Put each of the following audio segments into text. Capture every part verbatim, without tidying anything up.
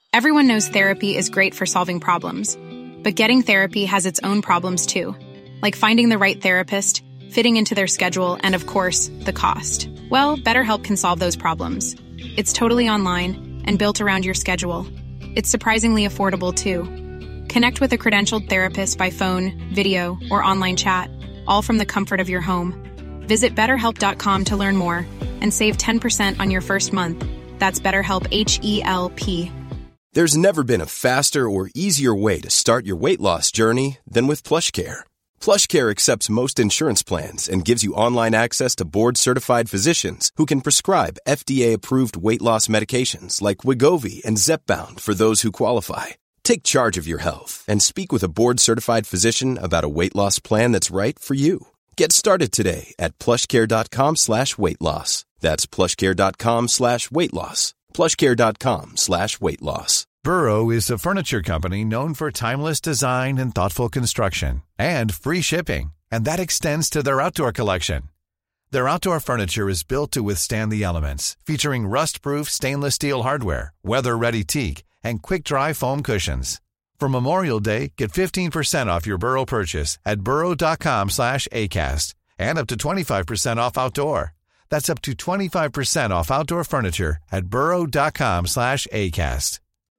Everyone knows therapy is great for solving problems, but getting therapy has its own problems too, like finding the right therapist, fitting into their schedule, and of course, the cost. Well, BetterHelp can solve those problems. It's totally online and built around your schedule. It's surprisingly affordable too. Connect with a credentialed therapist by phone, video, or online chat, all from the comfort of your home. Visit better help dot com to learn more and save ten percent on your first month. That's BetterHelp, H E L P. There's never been a faster or easier way to start your weight loss journey than with PlushCare. PlushCare accepts most insurance plans and gives you online access to board-certified physicians who can prescribe F D A-approved weight loss medications like Wegovy and Zepbound for those who qualify. Take charge of your health and speak with a board-certified physician about a weight loss plan that's right for you. Get started today at plushcare.com slash weight loss. That's plushcare.com slash weight loss. plushcare.com slash weight loss. Burrow is a furniture company known for timeless design and thoughtful construction and free shipping, and that extends to their outdoor collection. Their outdoor furniture is built to withstand the elements, featuring rust-proof stainless steel hardware, weather-ready teak, and quick-dry foam cushions. For Memorial Day, get fifteen percent off your Burrow purchase at burrow.com slash ACAST and up to twenty-five percent off outdoor. That's up to twenty-five percent off outdoor furniture at burrow.com slash ACAST.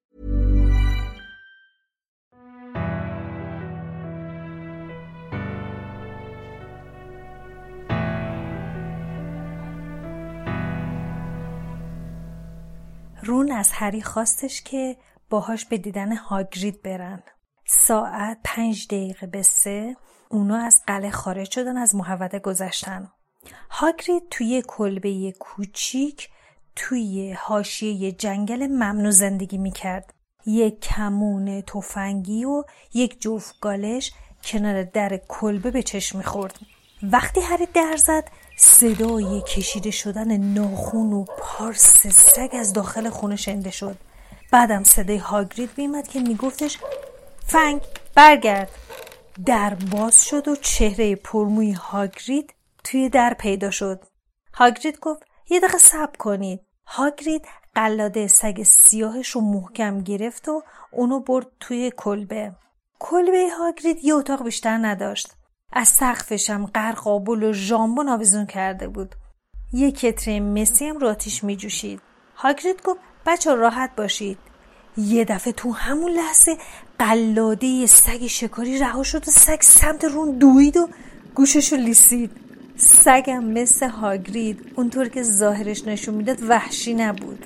رون از هری خواستش که باهاش به دیدن هاگرید برن. ساعت پنج دقیقه به سه اونا از قلعه خارج شدن، از محوطه گذشتن. هاگرید توی کلبه کوچیک توی حاشیه جنگل ممنوع زندگی میکرد. یک کمون تفنگی و یک جفت گالش کنار در کلبه به چشم میخورد. وقتی هری در زد صدای کشیده شدن ناخون و پارس سگ از داخل خونه شنیده شد. بعدم صدای هاگرید میمد که میگفتش فنگ برگرد. در باز شد و چهره پرموی هاگرید توی در پیدا شد. هاگرید گفت یه دقیقه صبر کنید. هاگرید قلاده سگ سیاهش رو محکم گرفت و اونو برد توی کلبه. کلبه هاگرید یه اتاق بیشتر نداشت. از سقفش هم قرقابل و ژامبون آویزون کرده بود. یه کتری مسی هم رو آتیش می جوشید. هاگرید گفت بچه راحت باشید. یه دفعه تو همون لحظه قلاده یه سگ شکاری رها شد و سگ سمت رون دوید و گوششو لیسید. سگم مثل هاگرید اونطور که ظاهرش نشون میداد وحشی نبود.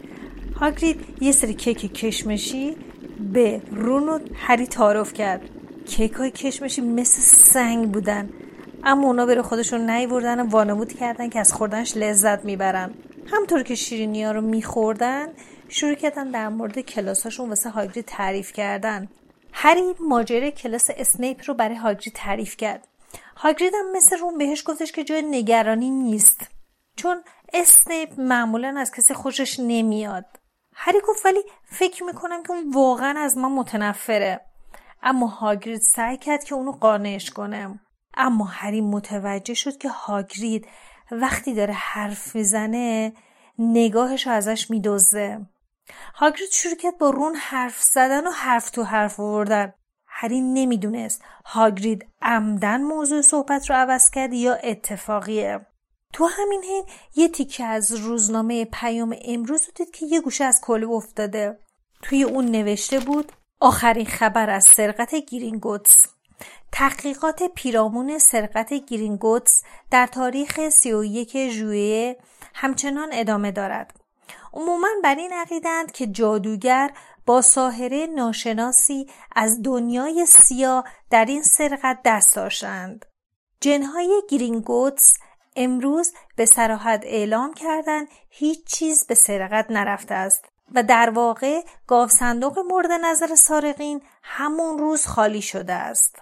هاگرید یه سری کیک کشمشی به رون و هری تعارف کرد. کیک های کشمشی مثل سنگ بودن، اما اونا بره خودشون نیوردن و وانمود کردن که از خوردنش لذت میبرن. همطور که شیرینی ها رو میخوردن شروع کردن در مورد کلاساشون واسه هاگرید تعریف کردن. هری ماجرای کلاس اسنیپ رو برای هاگرید تعریف کرد. هاگرید هم مثل رون بهش گفتش که جای نگرانی نیست، چون اسنیپ معمولا از کسی خوشش نمیاد. هری گفت ولی فکر میکنم که اون واقعا از ما متنفره. اما هاگرید سعی کرد که اونو قانعش کنه. اما هری متوجه شد که هاگرید وقتی داره حرف میزنه نگاهش رو ازش میدوزه. هاگرید شروع کرد با رون حرف زدن و حرف تو حرف آوردن. هری نمیدونست هاگرید عمدن موضوع صحبت رو عوض کرد یا اتفاقیه. تو همین حین یه تیکه از روزنامه پیام امروز رو دید که یه گوشه از کلبه افتاده. توی اون نوشته بود آخرین خبر از سرقت گرینگوتس. تحقیقات پیرامون سرقت گرینگوتس در تاریخ سی و یک ژوئیه همچنان ادامه دارد. عموماً بر این عقیده‌اند که جادوگر با ساحره ناشناسی از دنیای سیاه در این سرقت دست داشتند. جنهای گرینگوتس امروز به صراحت اعلام کردند هیچ چیز به سرقت نرفته است و در واقع گاو صندوق مورد نظر سارقین همون روز خالی شده است.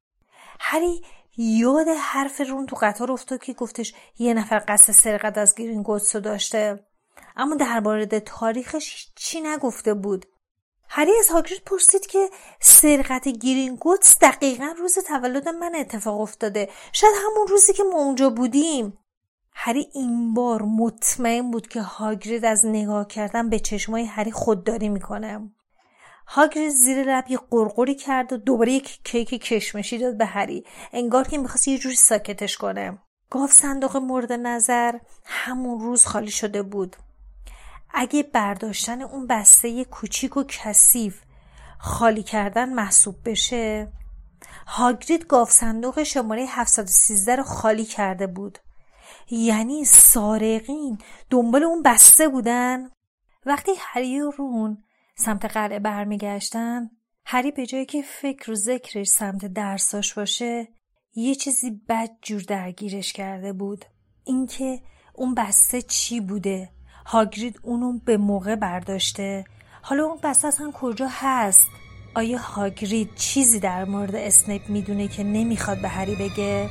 هری یاد حرف رون تو قطار افتاد که گفتش یه نفر قصد سرقت از گرینگوتس رو داشته، اما درباره تاریخش چی نگفته بود. هری از هاگرید پرسید که سرقت گرینگوتس دقیقاً روز تولد من اتفاق افتاده، شاید همون روزی که ما اونجا بودیم. هری این بار مطمئن بود که هاگرید از نگاه کردن به چشمای هری خودداری میکنه. هاگرید زیر لب یه قرقری کرد و دوباره یک کیک کشمشی داد به هری، انگار که میخواست یه جوری ساکتش کنه. گاو صندوق مورد نظر همون روز خالی شده بود. اگه برداشتن اون بسته کوچیک و کثیف خالی کردن محسوب بشه، هاگرید گاو صندوق شماره هفتصد و سیزده رو خالی کرده بود. یعنی سارقین دنبال اون بسته بودن. وقتی هری و رون سمت قلعه برمیگشتن، هری به جایی که فکر و ذکرش سمت درساش باشه، یه چیزی بد جور درگیرش کرده بود. اینکه اون بسته چی بوده؟ هاگرید اونو به موقع برداشته. حالا اون بسته اصلا کجا هست؟ آیا هاگرید چیزی در مورد اسنیپ میدونه که نمیخواد به هری بگه؟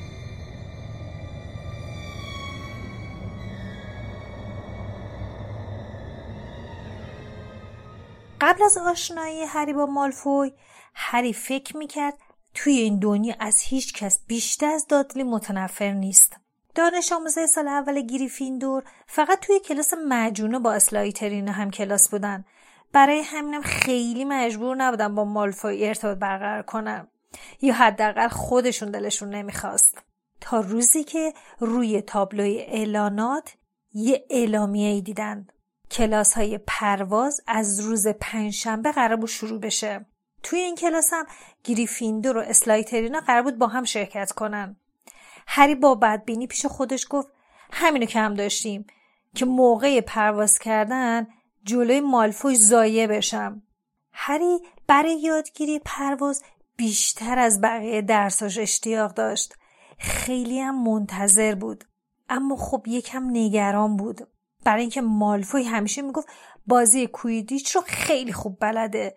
قبل از آشنایی هری با مالفوی، هری فکر میکرد توی این دنیا از هیچ کس بیشتر از دادلی متنفر نیست. دانش آموزه سال اول گریفیندور فقط توی کلاس مجونه با اسلایترینا هم کلاس بودن. برای همینم خیلی مجبور نبودن با مالفوی ارتباط برقرار کنن، یا حداقل خودشون دلشون نمیخواست. تا روزی که روی تابلوی اعلانات یه اعلامیه‌ای دیدن. کلاس های پرواز از روز پنجشنبه قرار بود شروع بشه. توی این کلاس هم گریفیندور و اسلایترینا قرار بود با هم شرکت کنن. هری با بدبینی پیش خودش گفت همینو که هم داشتیم که موقع پرواز کردن جلوی مالفوی ضایع بشم. هری برای یادگیری پرواز بیشتر از بقیه درساش اشتیاق داشت. خیلی هم منتظر بود، اما خب یکم نگران بود، برای اینکه مالفوی همیشه میگفت بازی کویدیچ رو خیلی خوب بلده،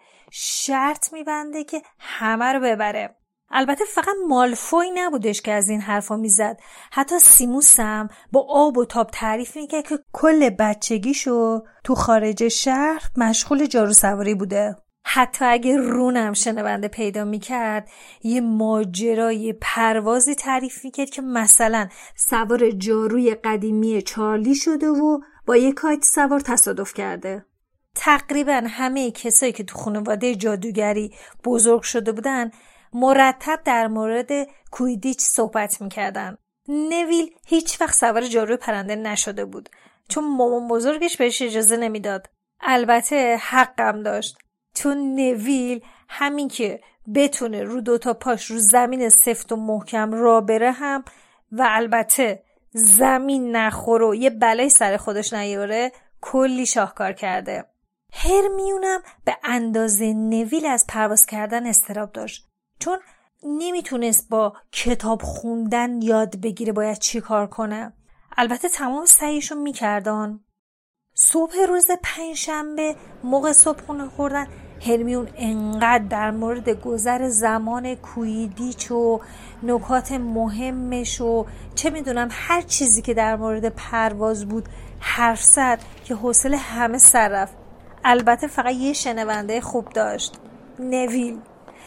شرط میبنده که همه رو ببره. البته فقط مالفوی نبودش که از این حرفا میزد، حتی سیموس هم با آب و تاب تعریف میکرد که کل بچگیشو تو خارج شهر مشغول جارو سواری بوده. حتی اگه رونم شنونده پیدا میکرد، یه ماجرای پروازی تعریف میکرد که مثلا سوار جاروی قدیمی چارلی شده و با یه کایت سوار تصادف کرده. تقریبا همه کسایی که تو خانواده جادوگری بزرگ شده بودن مرتب در مورد کویدیچ صحبت میکردن. نویل هیچ وقت سوار جاروی پرنده نشده بود، چون مامان بزرگش بهش اجازه نمیداد. البته حقم داشت، چون نویل همین که بتونه رو دوتا پاش رو زمین سفت و محکم را بره هم و البته زمین نخوره و یه بلای سر خودش نیاره، کلی شاهکار کرده. هرمیونم به اندازه نویل از پرواز کردن اضطراب داشت، چون نمیتونست با کتاب خوندن یاد بگیره باید چی کار کنه. البته تمام سعیشو میکردن. صبح روز پنجشنبه موقع صبحونه خوردن، هرمیون انقدر در مورد گذر زمان کویدیچ و نکات مهمش و چه میدونم هر چیزی که در مورد پرواز بود حرف زد که حوصله همه سر رفت. البته فقط یه شنونده خوب داشت، نویل.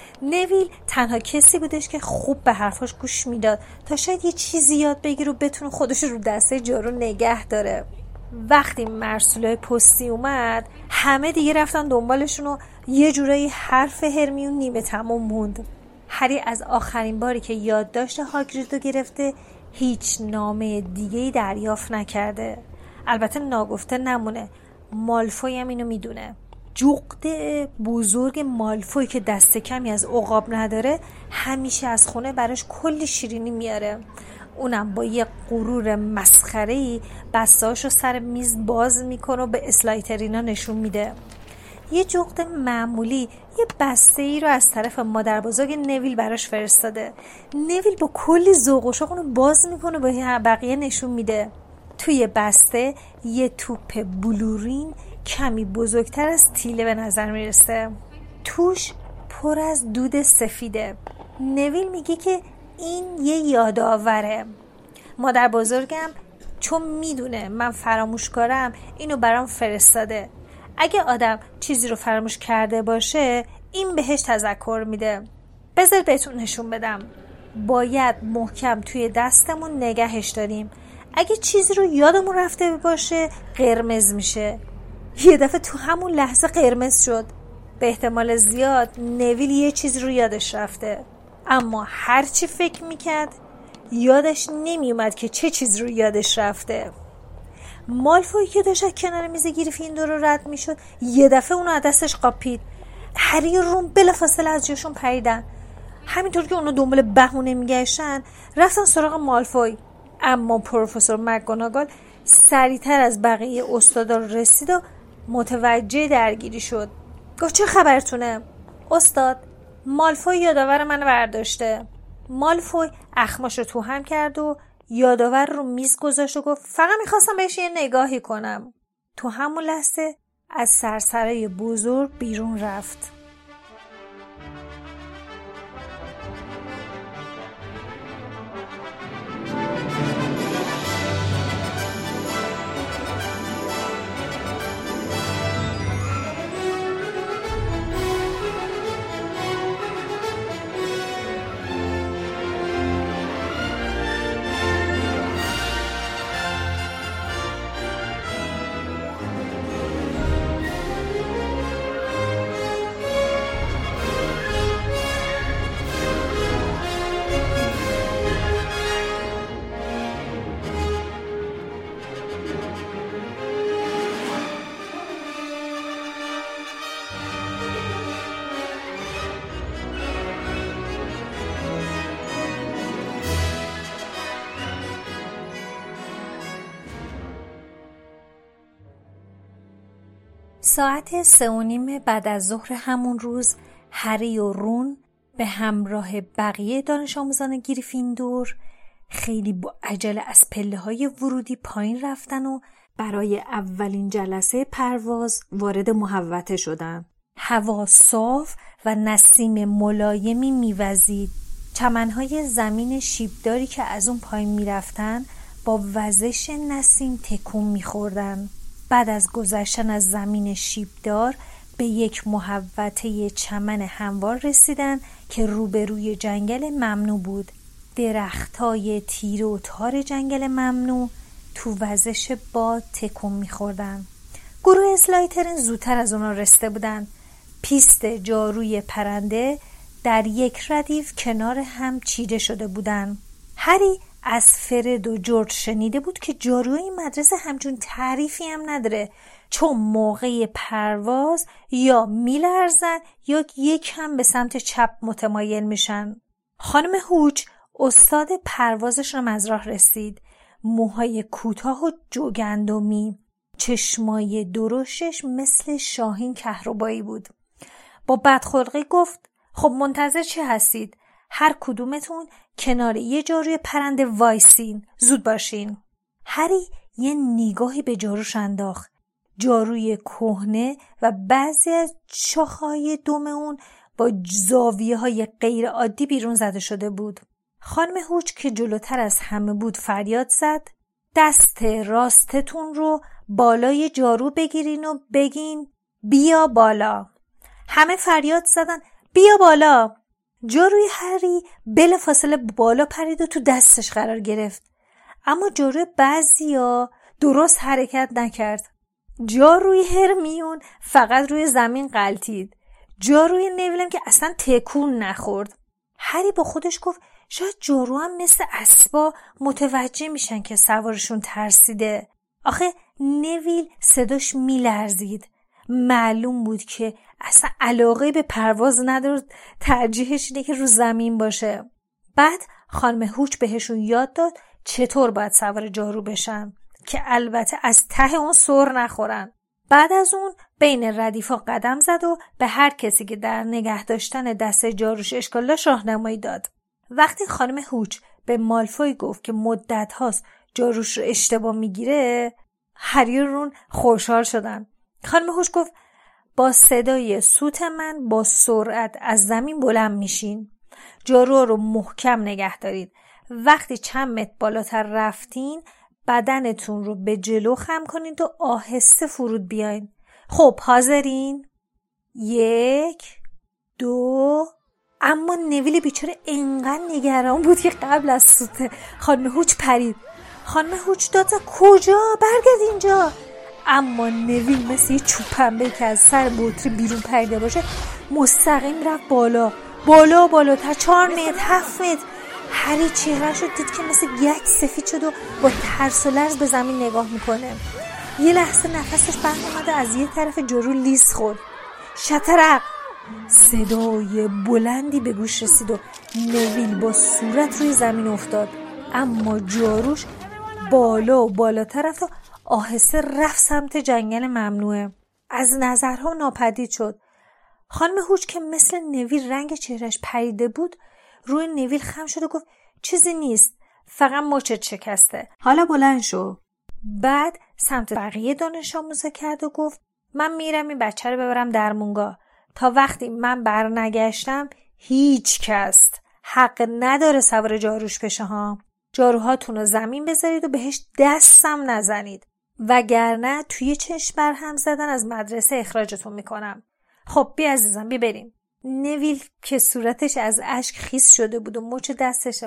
نویل تنها کسی بودش که خوب به حرفاش گوش میداد تا شاید یه چیزی یاد بگیره و بتونه خودش رو دسته جارو نگه داره. وقتی مرسولای پستی اومد، همه دیگه رفتن دنبالشون و یه جورایی حرف هرمیون نیمه تمام موند. هری از آخرین باری که یادداشت هاگرید رو گرفته هیچ نامه دیگه‌ای دریافت نکرده. البته ناگفته نمونه، مالفوی هم اینو میدونه. جغد بزرگ مالفوی که دست کمی از عقاب نداره همیشه از خونه براش کلی شیرینی میاره. اونم با یه غرور مسخره‌ای بسته‌اشو سر میز باز میکنه و به اسلایترینا نشون میده. یه جغد معمولی یه بسته‌ای رو از طرف مادر بزرگ نویل براش فرستاده. نویل با کلی ذوق و شوق اونو باز میکنه با بقیه نشون میده. توی بسته یه توپ بلورین کمی بزرگتر از تیله به نظر میرسه. توش پر از دود سفیده. نویل میگه که این یه یادآوره. مادر بزرگم چون میدونه من فراموشکارم اینو برام فرستاده. اگه آدم چیزی رو فراموش کرده باشه این بهش تذکر میده. بذار بهتون نشون بدم. باید محکم توی دستمون نگهش داریم. اگه چیزی رو یادمون رفته باشه قرمز میشه. یه دفعه تو همون لحظه قرمز شد. به احتمال زیاد نویل یه چیز رو یادش رفته، اما هر چی فکر میکرد یادش نمیومد که چه چیز رو یادش رفته. مالفوی که داشت کنار میز گریفیندور رو رد میشد یه دفعه اونو از دستش قاپید. هری و رون بلافاصله از جاشون پریدن. همینطور که اونو دنبال بهونه میگشتن رفتن سراغ مالفوی، اما پروفسور مکگوناگال سریعتر از بقیه استادا رسید و متوجه درگیری شد. گفت چه خبرتونه؟ استاد، مالفوی یادآور منو برداشته. مالفوی اخماش رو تو هم کرد و یادآور رو میز گذاشت و گفت فقط میخواستم بهش یه نگاهی کنم. تو همون لحظه از سرسرای بزرگ بیرون رفت. ساعت سه و نیم بعد از ظهر همون روز هری و رون به همراه بقیه دانش آموزان گریفیندور خیلی با عجله از پله های ورودی پایین رفتن و برای اولین جلسه پرواز وارد محوطه شدن. هوا صاف و نسیم ملایمی میوزید. چمنهای زمین شیبداری که از اون پایین میرفتن با وزش نسیم تکون میخوردن. بعد از گذشتن از زمین شیبدار به یک محوطه چمن هموار رسیدن که روبروی جنگل ممنوع بود. درختای تیره و تار جنگل ممنوع تو وزش باد تکون میخوردن. گروه اسلایترین زودتر از اونا رسیده بودن. پیست جاروی پرنده در یک ردیف کنار هم چیده شده بودن. هری از فرد و جورج شنیده بود که جاروی مدرسه همچون تعریفی هم نداره، چون موقع پرواز یا میلرزن یا یک هم به سمت چپ متمایل میشن. خانم هوچ استاد پروازشون از راه رسید. موهای کوتاه و جوگندمی، چشمای درشتش مثل شاهین کهربایی بود. با بدخلقی گفت خب منتظر چه هستید؟ هر کدومتون کنار یه جاروی پرنده وایسین، زود باشین. هری یه نگاهی به جاروش انداخت. جاروی کهنه و بعضی از شاخه‌های دم اون با زاویه‌های غیر عادی بیرون زده شده بود. خانم هوچ که جلوتر از همه بود فریاد زد دست راستتون رو بالای جارو بگیرین و بگین بیا بالا. همه فریاد زدن بیا بالا. جاروی هری بلافاصله بالا پرید و تو دستش قرار گرفت، اما جاروی بعضیا درست حرکت نکرد. جاروی هرمیون فقط روی زمین غلتید. جاروی نیویلم که اصلا تکون نخورد. هری با خودش گفت شاید جارو هم مثل اسبا متوجه میشن که سوارشون ترسیده. آخه نیویل صداش میلرزید. معلوم بود که اصلا علاقه به پرواز نداره، ترجیحش اینه که رو زمین باشه. بعد خانم هوچ بهشون یاد داد چطور باید سوار جارو بشن که البته از ته اون سر نخورن. بعد از اون بین ردیفا قدم زد و به هر کسی که در نگه داشتن دست جاروش اشکال داشت راهنمایی داد. وقتی خانم هوچ به مالفوی گفت که مدت هاست جاروش رو اشتباه میگیره، هری و رون خوشحال شدن. خانم هوچ گفت با صدای سوت من با سرعت از زمین بلند میشین. جارو رو محکم نگه دارید. وقتی چند متر بالاتر رفتین بدنتون رو به جلو خم کنید و آهسته فرود بیاین. خب حاضرین؟ یک دو. اما نویل بیچاره اینقدر نگران بود که قبل از سوت خانم هوچ پرید. خانم هوچ داد زد کجا؟ برگرد اینجا. اما نویل مثل یه چوب پنبه که از سر بطری بیرون پریده باشه مستقیم رفت بالا بالا بالا تا چهار متر هفت متر. هری چهره‌شو دید که مثل گچ سفید شد و با ترس و لرز به زمین نگاه میکنه. یه لحظه نفسش بند اومد و از یه طرف جارو لیز خورد. شطرق! صدای بلندی به گوش رسید و نویل با صورت روی زمین افتاد، اما جاروش بالا و بالاتر رفت و آهسته رفت سمت جنگل ممنوعه. از نظرها ناپدید شد. خانم هوچ که مثل نویل رنگ چهرش پریده بود روی نویل خم شد و گفت چیزی نیست، فقط مچت شکسته، حالا بلند شو. بعد سمت بقیه دانش آموزا کرد و گفت من میرم این بچه رو ببرم درمونگاه. تا وقتی من برنگشتم هیچ کس حق نداره سوار جاروش بشه ها. جاروهاتون رو زمین بذارید و بهش دستم نزنید، وگرنه توی چشم برهم زدن از مدرسه اخراجتون میکنم. خب بی عزیزم بی بریم. نویل که صورتش از اشک خیس شده بود و مچ دستش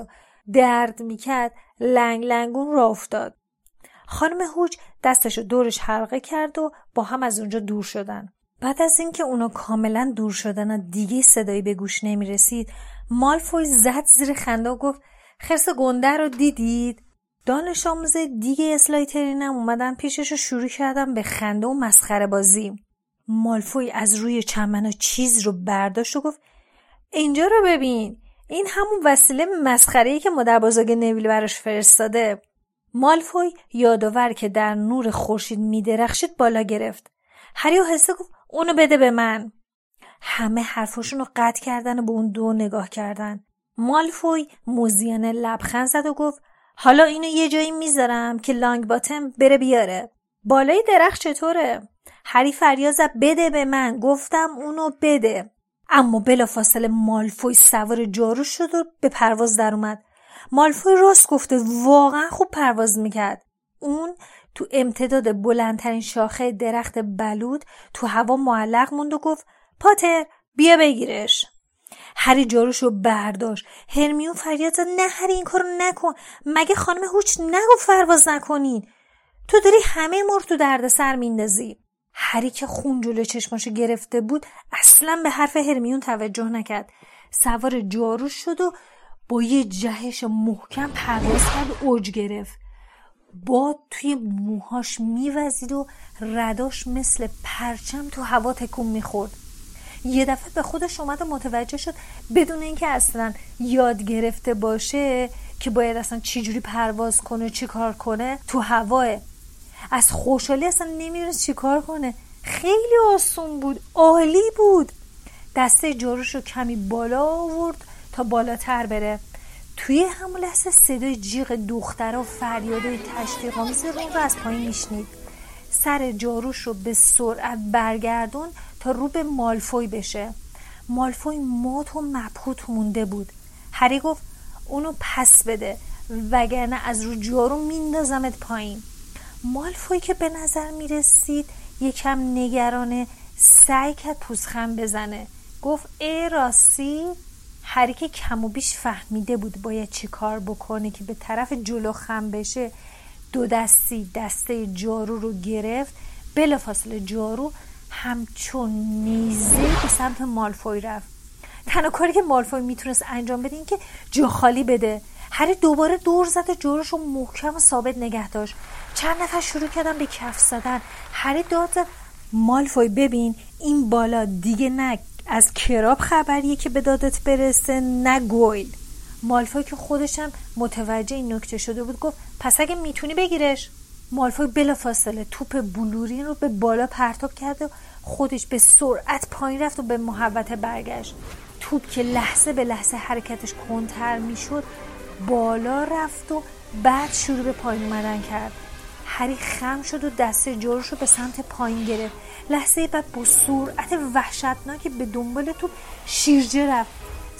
درد میکرد لنگ لنگون راه افتاد. خانم هوچ دستشو دورش حلقه کرد و با هم از اونجا دور شدن. بعد از اینکه اونا کاملا دور شدن و دیگه صدایی به گوش نمیرسید، مالفوی زد زیر خنده و گفت خرس گنده رو دیدید؟ دانش آموزه دیگه اسلایترین هم اومدن پیشش و شروع کردن به خنده و مسخره بازی. مالفوی از روی چمن چیز رو برداشت و گفت اینجا رو ببین، این همون وسیله مسخره‌ای که مادر بزرگ نویل براش فرستاده. مالفوی یادآور که در نور خورشید میدرخشید بالا گرفت. هری آهسته گفت اونو بده به من. همه حرفاشون رو قطع کردن و به اون دو نگاه کردن. مالفوی موزیانه لبخند زد و گفت حالا اینو یه جایی میذارم که لانگ باتم بره بیاره. بالای درخت چطوره؟ هری فریاد زد بده به من، گفتم اونو بده. اما بلافاصله مالفوی سوار جارو شد و به پرواز در اومد. مالفوی راست گفته، واقعا خوب پرواز میکرد. اون تو امتداد بلندترین شاخه درخت بلود تو هوا معلق موند و گفت پاتر بیا بگیرش. هری جاروشو برداشت. هرمیون فریاد زد نه هری این کارو نکن، مگه خانم هوچ نگفت پرواز نکنین؟ تو داری همه ما رو تو دردسر میندازی. هری که خون جلوی چشماشو گرفته بود اصلا به حرف هرمیون توجه نکرد. سوار جاروش شد و با یه جهش محکم پرواز کرد و اوج گرفت. باد توی موهاش میوزید و رداش مثل پرچم تو هوا تکون میخورد. یه دفعه به خودش اومد و متوجه شد بدون اینکه اصلا یاد گرفته باشه که باید اصلا چی جوری پرواز کنه چی کار کنه تو هواه. از خوشحالی اصلا نمیدونست چی کار کنه. خیلی آسون بود، عالی بود. دسته جاروش رو کمی بالا آورد تا بالاتر بره. توی همون لحظه صدای جیغ دختره و فریادای تشویق‌آمیز رو رو از پایین میشنید. سر جاروش رو به سرعت برگردون تا رو به مالفوی بشه. مالفوی مات و مبهوت مونده بود. هری گفت اونو پس بده وگرنه از رو جارو میندازمت پایین. مالفوی که به نظر میرسید یکم نگرانه سعی کرد پوزخند بزنه. گفت ای راستی؟ هری که کم و بیش فهمیده بود باید چی کار بکنه که به طرف جلو خم بشه دو دستی دسته جارو رو گرفت. بلافاصله جارو همچون نیزه به سمت مالفوی رفت. تنها کاری که مالفوی میتونست انجام بده این که جا خالی بده. هری دوباره دور زد و جاروش رو محکم و ثابت نگه داشت. چند نفر شروع کردن به کف زدن. هری داد زد مالفوی ببین این بالا دیگه نه از کراب خبریه که به دادت برسه نه گویل. مالفوی که خودشم متوجه این نکته شده بود گفت پس اگه میتونی بگیرش. مالفوی بلافاصله توپ بلورین رو به بالا پرتاب کرد و خودش به سرعت پایین رفت و به محوطه برگشت. توپ که لحظه به لحظه حرکتش کندتر میشد بالا رفت و بعد شروع به پایین اومدن کرد. هری خم شد و دسته جاروش رو به سمت پایین گرفت. لحظه بعد با سرعت وحشتناکی به دنبال توپ شیرجه رفت.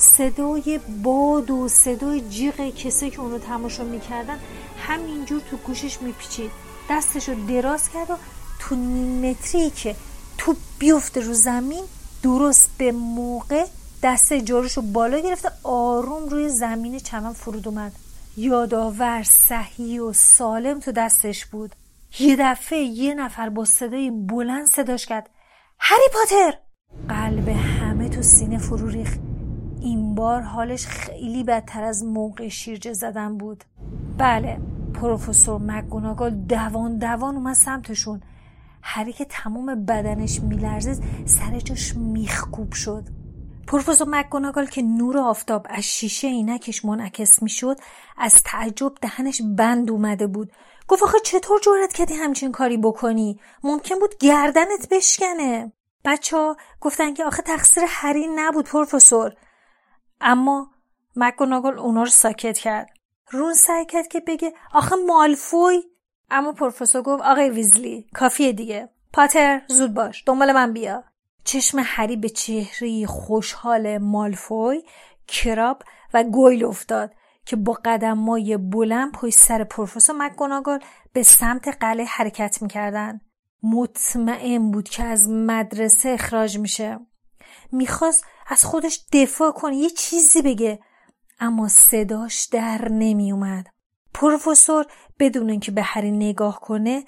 صدای باد و صدای جیغ کسی که اونو تماشا میکردن همینجور تو گوشش میپیچید. دستش رو دراز کرد و تو نیم متری که توپ بیفته رو زمین درست به موقع دسته جاروش رو بالا گرفت، آروم روی زمین چمن فرود اومد. یادآور صحیح و سالم تو دستش بود. یه دفعه یه نفر با صدای بلند صداش کرد: هری پاتر! قلب همه تو سینه فرو ریخت. این بار حالش خیلی بدتر از موقع شیرجه زدن بود. بله، پروفسور مکگوناگال دوان دوان اومد سمتشون. هری که تمام بدنش میلرزید سر جاش میخکوب شد. پروفسور مکگوناگال که نور آفتاب از شیشه عینکش منعکس میشد از تعجب دهنش بند اومده بود. گفت آخه چطور جرأت کردی همچین کاری بکنی؟ ممکن بود گردنت بشکنه. بچه‌ها گفتن که آخه تقصیر هری نبود پروفسور. اما مکگوناگال اونا رو ساکت کرد. رون سعی کرد که بگه آخه مالفوی، اما پروفسور گفت آقای ویزلی کافیه دیگه. پاتر زود باش، دنبال من بیا. چشم هری به چهره خوشحال مالفوی، کراب و گویل افتاد که با قدم‌های بلند پشت سر پروفسور مکگوناگال به سمت قلعه حرکت می‌کردن. مطمئن بود که از مدرسه اخراج میشه. میخواست از خودش دفاع کنه، یه چیزی بگه، اما صداش در نمی اومد. پروفسور بدون اینکه به هری نگاه کنه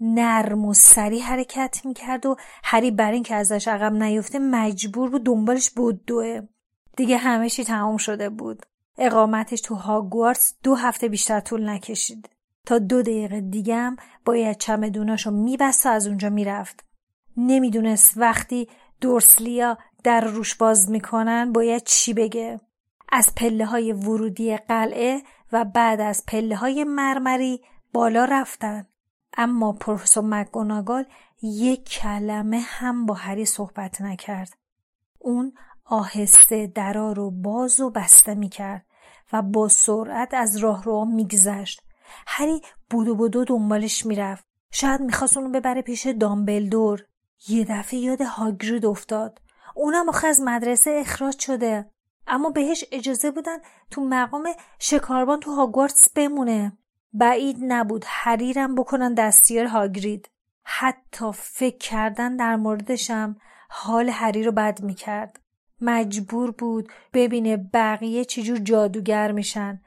نرم و سریع حرکت میکرد و هری برای اینکه ازش عقب نیفته مجبور بود دنبالش بدوه. دیگه همه چی تمام شده بود. اقامتش تو هاگوارتس دو هفته بیشتر طول نکشید. تا دو دقیقه دیگه هم باید چمدوناشو میبست و از اونجا میرفت. نمیدونست وقتی دورسلیا در روش باز میکنن باید چی بگه. از پله های ورودی قلعه و بعد از پله های مرمری بالا رفتن. اما پروفسور مکگوناگال یک کلمه هم با هری صحبت نکرد. اون آهسته درا رو باز و بسته میکرد و با سرعت از راه رو میگذشت. هری بودو بودو دنبالش میرفت. شاید میخواست اونو ببره پیش دامبلدور. یه دفعه یاد هاگرید افتاد. اونم آخه از مدرسه اخراج شده، اما بهش اجازه بودن تو مقام شکاربان تو هاگوارتس بمونه. بعید نبود هریرم بکنن دستیار هاگرید. حتی فکر کردن در موردشم حال هری رو بد میکرد. مجبور بود ببینه بقیه چجور جادوگر میشن.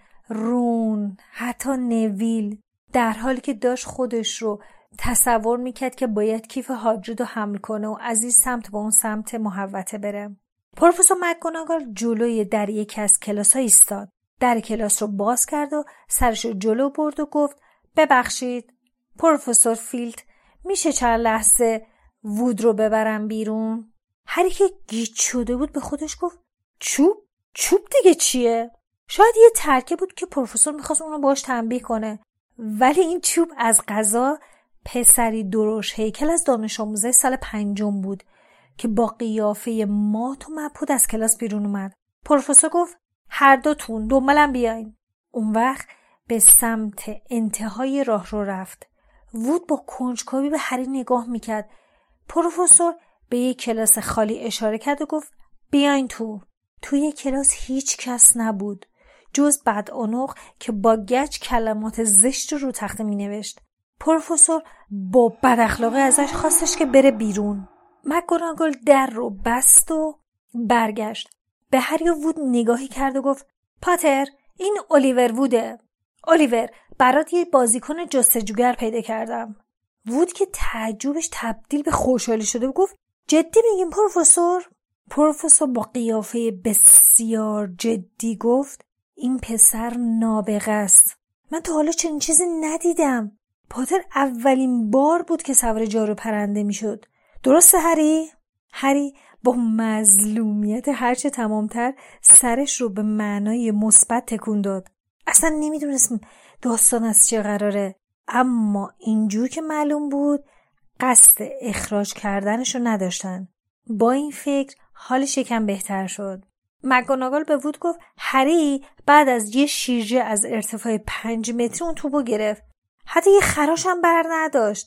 رون، حتی نویل، در حالی که داشت خودش رو تصور میکرد که باید کیف هاگرید رو حمل کنه و از این سمت به اون سمت محوطه بره. پروفسور مکگوناگال جلوی در یکی از کلاس ها ایستاد. در کلاس رو باز کرد و سرش رو جلو برد و گفت ببخشید پروفسور فیلد، میشه چند لحظه وود رو ببرم بیرون؟ هری که گیج شده بود به خودش گفت چوب؟ چوب دیگه چیه؟ شاید یه ترکیب بود که پروفسور میخواست اونو باش تنبیه کنه، ولی این چوب از قضا پسری درشت هیکل از دانش آموزای سال پنجم بود که با قیافه مات و مبهوت از کلاس بیرون اومد. پروفسور گفت هر دوتون دنبالم بیاین. اون وقت به سمت انتهای راه رو رفت. وود با کنجکاوی به هری نگاه میکرد. پروفسور به یک کلاس خالی اشاره کرد و گفت بیاین تو. توی کلاس هیچ کس نبود جز بدعنق که با گچ کلمات زشت رو تخته می نوشت. پروفسور با بداخلاقی ازش خواستش که بره بیرون. مکگوناگال در رو بست و برگشت. به هری و وود نگاهی کرد و گفت پاتر، این الیور ووده. الیور، برات یه بازیکن جستجوگر پیدا کردم. وود که تعجبش تبدیل به خوشحالی شده و گفت جدی میگین پروفسور؟ پروفسور با قیافه بسیار جدی گفت این پسر نابغه است. من تا حالا چنین چیزی ندیدم. پاتر اولین بار بود که سوار جارو پرنده میشد. درسته هری؟ هری با مظلومیت هرچه تمامتر سرش رو به معنای مثبت تکون داد. اصلا نمیدونست داستان از چه قراره، اما اینجور که معلوم بود قصد اخراج کردنش رو نداشتن. با این فکر حالش یکم بهتر شد. مکگوناگال به وود گفت هری بعد از یه شیرجه از ارتفاع پنج متری اون توپو گرفت. حتی یه خراش هم بر نداشت.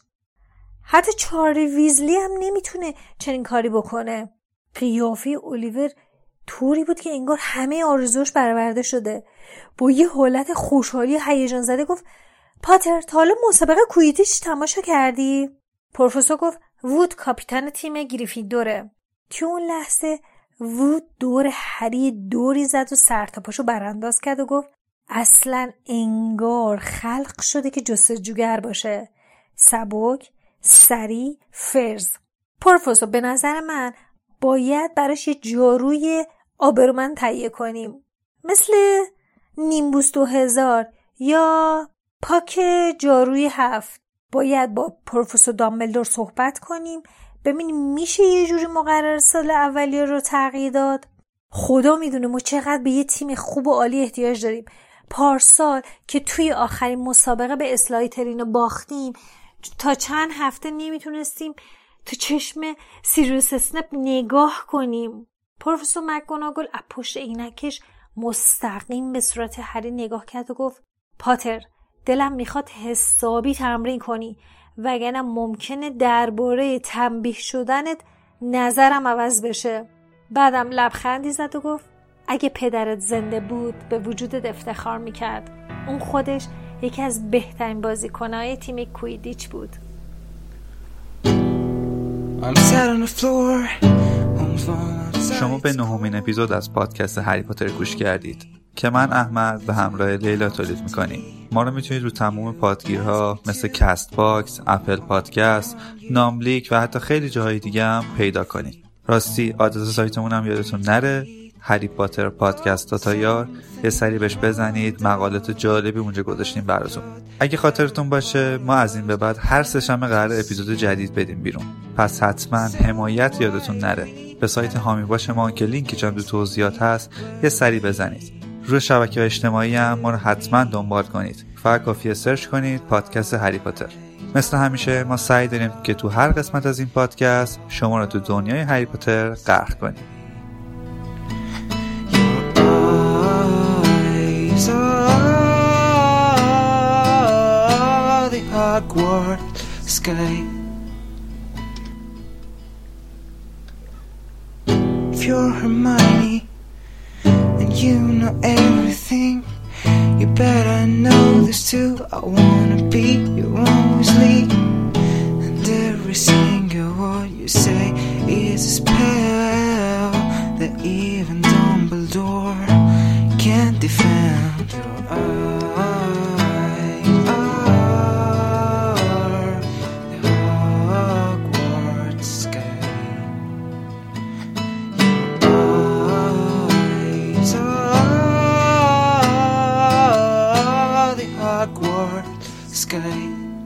حتی چارلی ویزلی هم نمیتونه چنین کاری بکنه. قیافه الیور طوری بود که انگار همه آرزوش برآورده شده. با یه حالت خوشحالی هیجان زده گفت پاتر، تا حالا مسابقه کویدیچ تماشا کردی؟ پروفسور گفت وود کاپیتان تیم گریفیندوره. تو اون لحظه وود دور هری دوری زد و سر تا پاشو برانداز کرد و گفت اصلا انگار خلق شده که جستجوگر باشه. سبک، سریع، فرز. پروفسور به نظر من باید براش یه جاروی آبرومند تهیه کنیم، مثل نیمبوس دو هزار یا پاک جاروی هفت. باید با پروفسور دامبلدور صحبت کنیم ببینیم میشه یه جوری مقرر سال اولیه رو تغییر داد. خدا میدونه ما چقدر به یه تیم خوب و عالی احتیاج داریم. پارسال که توی آخرین مسابقه به اسلایترین باختیم، تا چند هفته نمیتونستیم تو چشم سیریوس اسنپ نگاه کنیم. پروفسور مکگوناگل از پشت عینکش مستقیم به صورت هری نگاه کرد و گفت پاتر، دلم میخواد حسابی تمرین کنی وگرنه ممکنه درباره تنبیه شدنت نظرم عوض بشه. بعدم لبخندی زد و گفت اگه پدرت زنده بود به وجودت افتخار میکرد. اون خودش یکی از بهترین بازیکنهای تیم کویدیچ بود. شما به نهمین اپیزود از پادکست هری پاتر گوش کردید که من احمد به همراه لیلا تولید میکنیم. ما رو میتونید رو تمام پادگیرها مثل کست باکس، اپل پادکست، ناملیک و حتی خیلی جاهای دیگه هم پیدا کنید. راستی آدرس سایتمون هم یادتون نره، هری پاتر پادکست دات آی آر. یه سری بهش بزنید، مقالات جالبی اونجا گذاشتیم براتون. اگه خاطرتون باشه ما از این به بعد هر سه شنبه قراره اپیزود جدید بدیم بیرون، پس حتما حمایت یادتون نره. به سایت هامی باش ما که لینکش هم تو توضیحات هست یه سری بزنید. روی شبکه‌های اجتماعی هم ما رو حتما دنبال کنید. فقط کافیه سرچ کنید پادکست هری پاتر. مثل همیشه ما سعی داریم که تو هر قسمت از این پادکست شما رو تو دنیای هری پاتر غرق کنیم. If you're Hermione and you know everything, you better know this too. I wanna be your own Weasley, and every single word you say is a spell that even Dumbledore can't defend. Your eyes are the Hogwarts sky. Your eyes are the Hogwarts sky.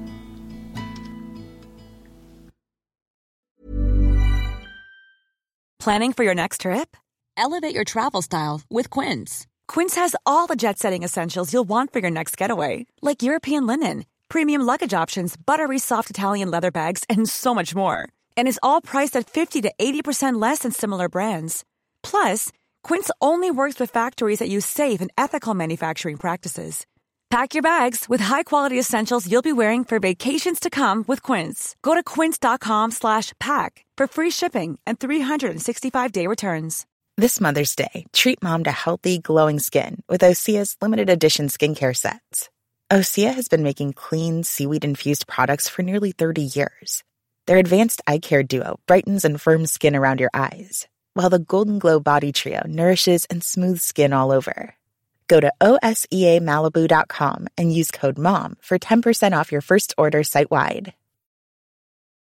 Planning for your next trip? Elevate your travel style with Quince. Quince has all the jet-setting essentials you'll want for your next getaway, like European linen, premium luggage options, buttery soft Italian leather bags, and so much more. And is all priced at fifty to eighty percent less than similar brands. Plus, Quince only works with factories that use safe and ethical manufacturing practices. Pack your bags with high-quality essentials you'll be wearing for vacations to come with Quince. Go to quince.com slash pack for free shipping and three sixty-five day returns. This Mother's Day, treat mom to healthy, glowing skin with Osea's limited edition skincare sets. Osea has been making clean, seaweed-infused products for nearly thirty years. Their advanced eye care duo brightens and firms skin around your eyes, while the Golden Glow Body Trio nourishes and smooths skin all over. Go to O S E A Malibu dot com and use code MOM for ten percent off your first order site-wide.